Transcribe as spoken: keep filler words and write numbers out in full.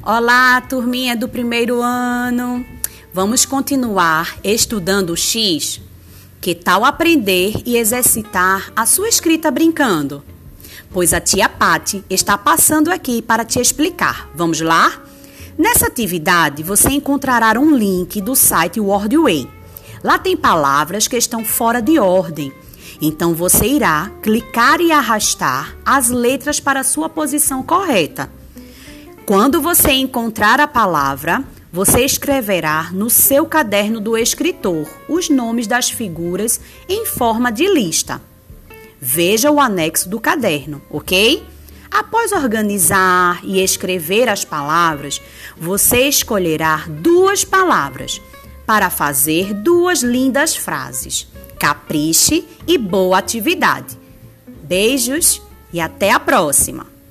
Olá, turminha do primeiro ano! Vamos continuar estudando o X? Que tal aprender e exercitar a sua escrita brincando? Pois a tia Pati está passando aqui para te explicar. Vamos lá? Nessa atividade, você encontrará um link do site Wordway. Lá tem palavras que estão fora de ordem. Então, você irá clicar e arrastar as letras para a sua posição correta. Quando você encontrar a palavra, você escreverá no seu caderno do escritor os nomes das figuras em forma de lista. Veja o anexo do caderno, ok? Após organizar e escrever as palavras, você escolherá duas palavras para fazer duas lindas frases. Capriche e boa atividade. Beijos e até a próxima!